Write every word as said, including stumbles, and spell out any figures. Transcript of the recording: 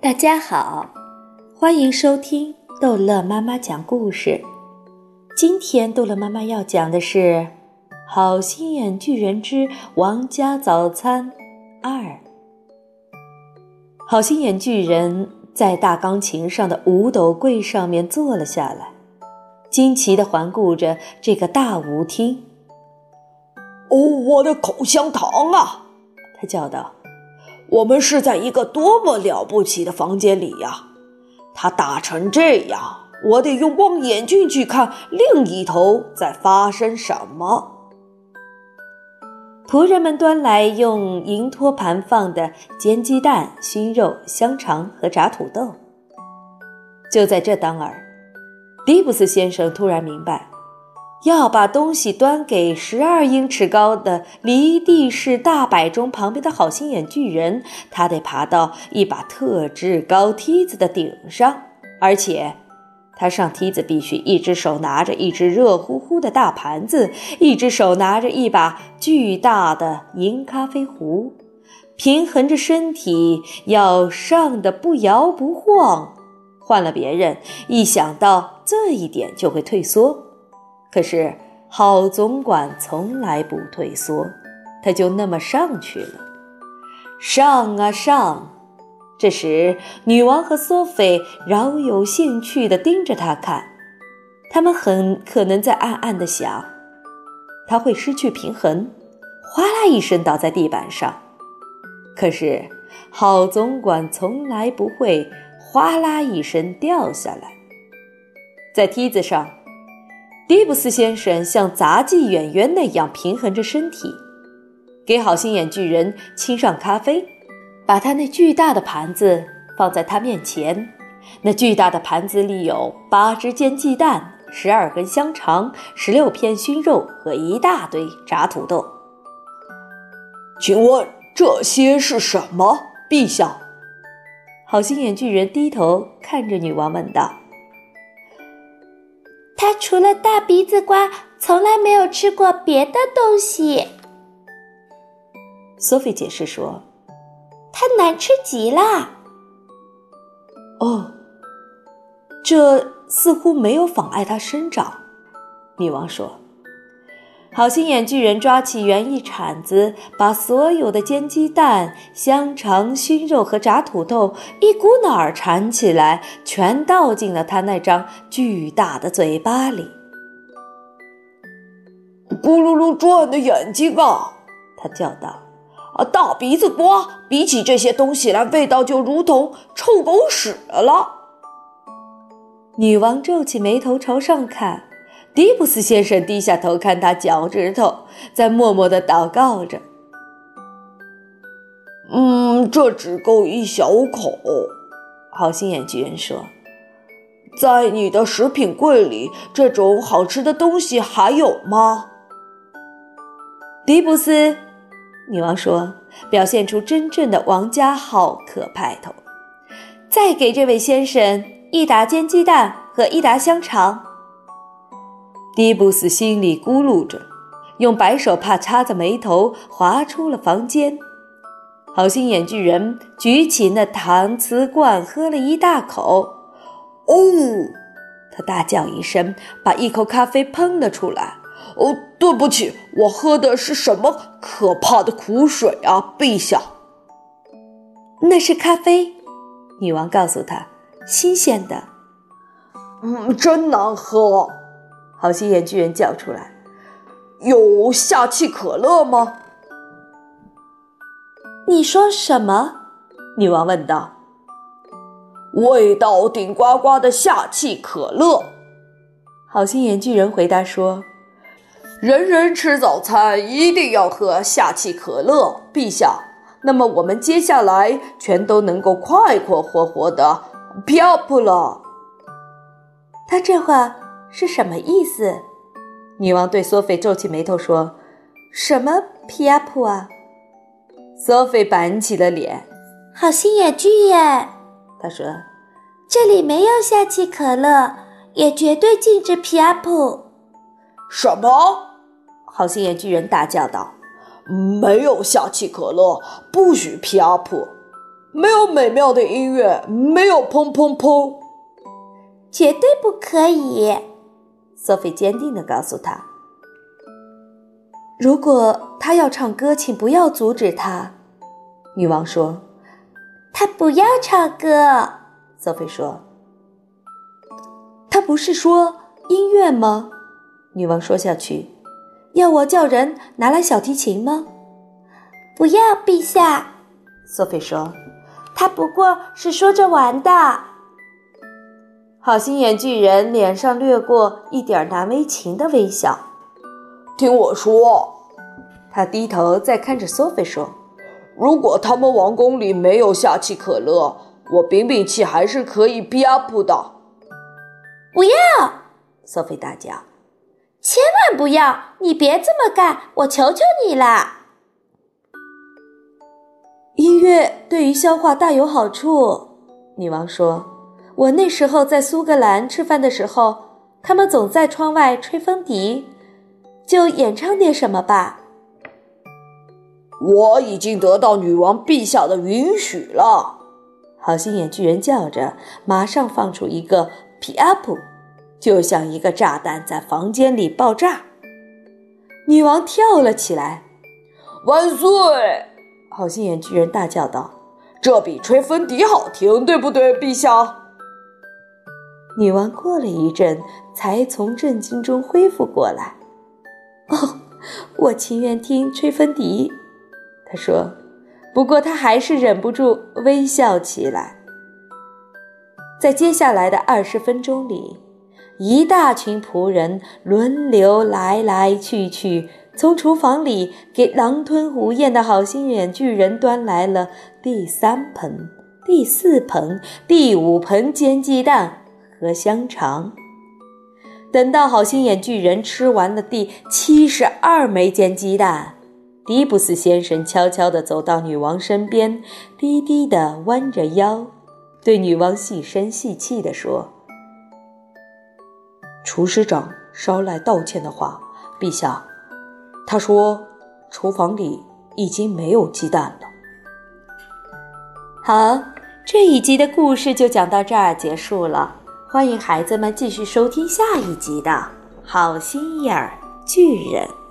大家好，欢迎收听逗乐妈妈讲故事。今天逗乐妈妈要讲的是《好心眼巨人之王家早餐二》。好心眼巨人在大钢琴上的五斗柜上面坐了下来，惊奇地环顾着这个大舞厅。 哦，我的口香糖啊！他叫道，我们是在一个多么了不起的房间里呀！它大成这样，我得用望远镜去看另一头在发生什么。 仆人们端来用银托盘放的煎鸡蛋、熏肉、香肠和炸土豆。就在这当儿，迪布斯先生突然明白，要把东西端给十二英尺高的离地式大摆钟旁边的好心眼巨人，他得爬到一把特制高梯子的顶上，而且他上梯子必须一只手拿着一只热乎乎的大盘子，一只手拿着一把巨大的银咖啡壶，平衡着身体，要上得不摇不晃。换了别人，一想到这一点就会退缩。可是好总管从来不退缩，他就那么上去了。上啊上！这时女王和索菲饶有兴趣地盯着他看，他们很可能在暗暗地想，他会失去平衡，哗啦一声倒在地板上。可是好总管从来不会哗啦一声掉下来。在梯子上，迪布斯先生像杂技演员那样平衡着身体，给好心眼巨人沏上咖啡，把他那巨大的盘子放在他面前。那巨大的盘子里有八只煎鸡蛋、十二根香肠、十六片熏肉和一大堆炸土豆。 请问这些是什么，陛下？ 好心眼巨人低头看着女王问道。 他除了大鼻子瓜，从来没有吃过别的东西。 索菲解释说， 它难吃极了。 哦，这似乎没有妨碍它生长，女王说。好心眼巨人抓起园艺铲子，把所有的煎鸡蛋、香肠、熏肉和炸土豆一股脑儿铲起来，全倒进了他那张巨大的嘴巴里。 咕噜噜转的眼睛啊！他叫道。啊，大鼻子瓜比起这些东西来，味道就如同臭狗屎了。 女王皱起眉头朝上看，迪布斯先生低下头看他脚趾头，在默默地祷告着。 嗯，这只够一小口， 好心眼巨人说。 在你的食品柜里，这种好吃的东西还有吗？ 迪布斯，女王说，表现出真正的王家好客派头。再给这位先生一打煎鸡蛋和一打香肠。迪布斯心里咕噜着，用白手帕擦着眉头，滑出了房间。好心眼巨人举起那搪瓷罐喝了一大口。 哦， 他大叫一声，把一口咖啡喷了出来。 哦，对不起，我喝的是什么可怕的苦水啊，陛下。 那是咖啡，女王告诉他，新鲜的。 嗯，真难喝。 好心眼巨人叫出来。 有夏气可乐吗？ 你说什么？女王问道。 味道顶呱呱的夏气可乐。 好心眼巨人回答说， 人人吃早餐一定要喝夏气可乐，陛下。那么我们接下来全都能够快快活活的漂泊了。 他这话是什么意思？女王对索菲皱起眉头说，什么皮亚普啊？索菲板起了脸。 好心眼巨人， 她说， 这里没有夏气可乐，也绝对禁止皮亚普。 什么？ 好心眼巨人大叫道。 没有夏气可乐，不许皮亚普。 没有美妙的音乐，没有砰砰砰。 绝对不可以 ，Sophie 坚定地告诉他。如果他要唱歌，请不要阻止他，女王说。 他不要唱歌 ，Sophie 说。他不是说音乐吗？女王说下去。要我叫人拿来小提琴吗？ 不要，陛下 ，Sophie 说。 他不过是说着玩的。 好心眼巨人脸上掠过一点难为情的微笑。 听我说， 他低头再看着 Sophie 说， 如果他们王宫里没有下气可乐，我饼饼器还是可以 P up 的。 不要 ，Sophie 大叫。 千万不要，你别这么干，我求求你了。 音乐对于消化大有好处，女王说。我那时候在苏格兰吃饭的时候，他们总在窗外吹风笛，就演唱点什么吧。 我已经得到女王陛下的允许了， 好心眼巨人叫着，马上放出一个皮阿普，就像一个炸弹在房间里爆炸。女王跳了起来。 万岁！ 好心眼巨人大叫道， 这比吹风笛好听，对不对，陛下？ 女王过了一阵才从震惊中恢复过来。哦，我情愿听吹风笛，她说。不过她还是忍不住微笑起来。在接下来的二十分钟里，一大群仆人轮流来来去去，从厨房里给狼吞虎咽的好心眼巨人端来了第三盆、第四盆、第五盆煎鸡蛋和香肠。等到好心眼巨人吃完了第七十二枚煎鸡蛋，迪布斯先生悄悄地走到女王身边，低低地弯着腰，对女王细声细气地说：厨师长捎来道歉的话，陛下，他说厨房里已经没有鸡蛋了。好，这一集的故事就讲到这儿结束了，欢迎孩子们继续收听下一集的好心眼儿巨人。